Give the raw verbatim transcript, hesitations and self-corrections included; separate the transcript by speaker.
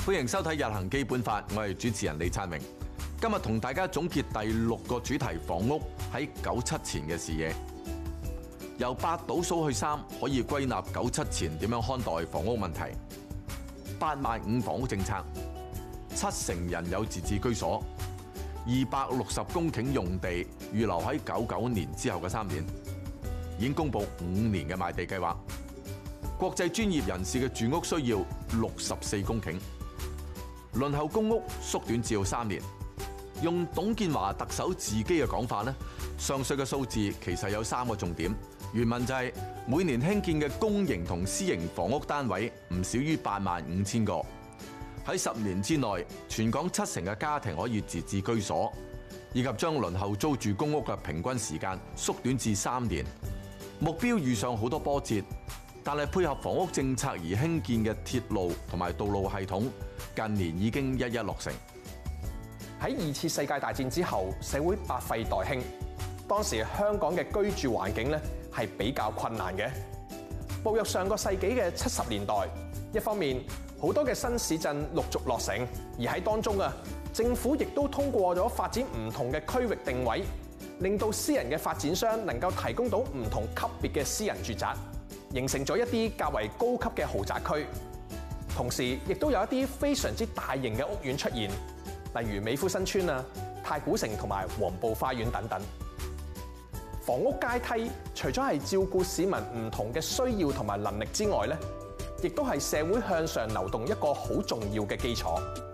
Speaker 1: 歡迎收睇《日行基本法》，我係主持人李燦榮。今日同大家總結第六個主題：房屋喺九七前嘅視野。由八倒數去三，可以歸納九七前點樣看待房屋問題。八萬五房屋政策，七成人有自置居所，二百六十公頃用地預留喺九九年之後嘅三年，已經公布五年嘅賣地計劃。國際專業人士嘅住屋需要六十四公頃，輪候公屋縮短至到三年。用董建華特首自己嘅講法呢，上述嘅數字其實有三個重點。原文就係每年興建嘅公營同私營房屋單位唔少於八萬五千個，喺十年之內，全港七成嘅家庭可以自置居所，以及將輪候租住公屋嘅平均時間縮短至三年。目標遇上好多波折，但係配合房屋政策而興建嘅鐵路同埋道路系統，近年已經一一落成。
Speaker 2: 喺二次世界大戰之後，社會百廢待興，當時香港嘅居住環境咧係比較困難嘅。步入上個世紀嘅七十年代，一方面好多嘅新市鎮陸續落成，而喺當中啊，政府亦都通過咗發展唔同嘅區域定位，令到私人嘅發展商能夠提供到唔同級別嘅私人住宅，形成咗一啲較為高級嘅豪宅區。同時，亦都有一啲非常之大型嘅屋苑出現，例如美孚新村啊、太古城同埋黃埔花園等等。房屋階梯除咗係照顧市民唔同嘅需要同埋能力之外咧，亦都係社會向上流動一個好重要嘅基礎。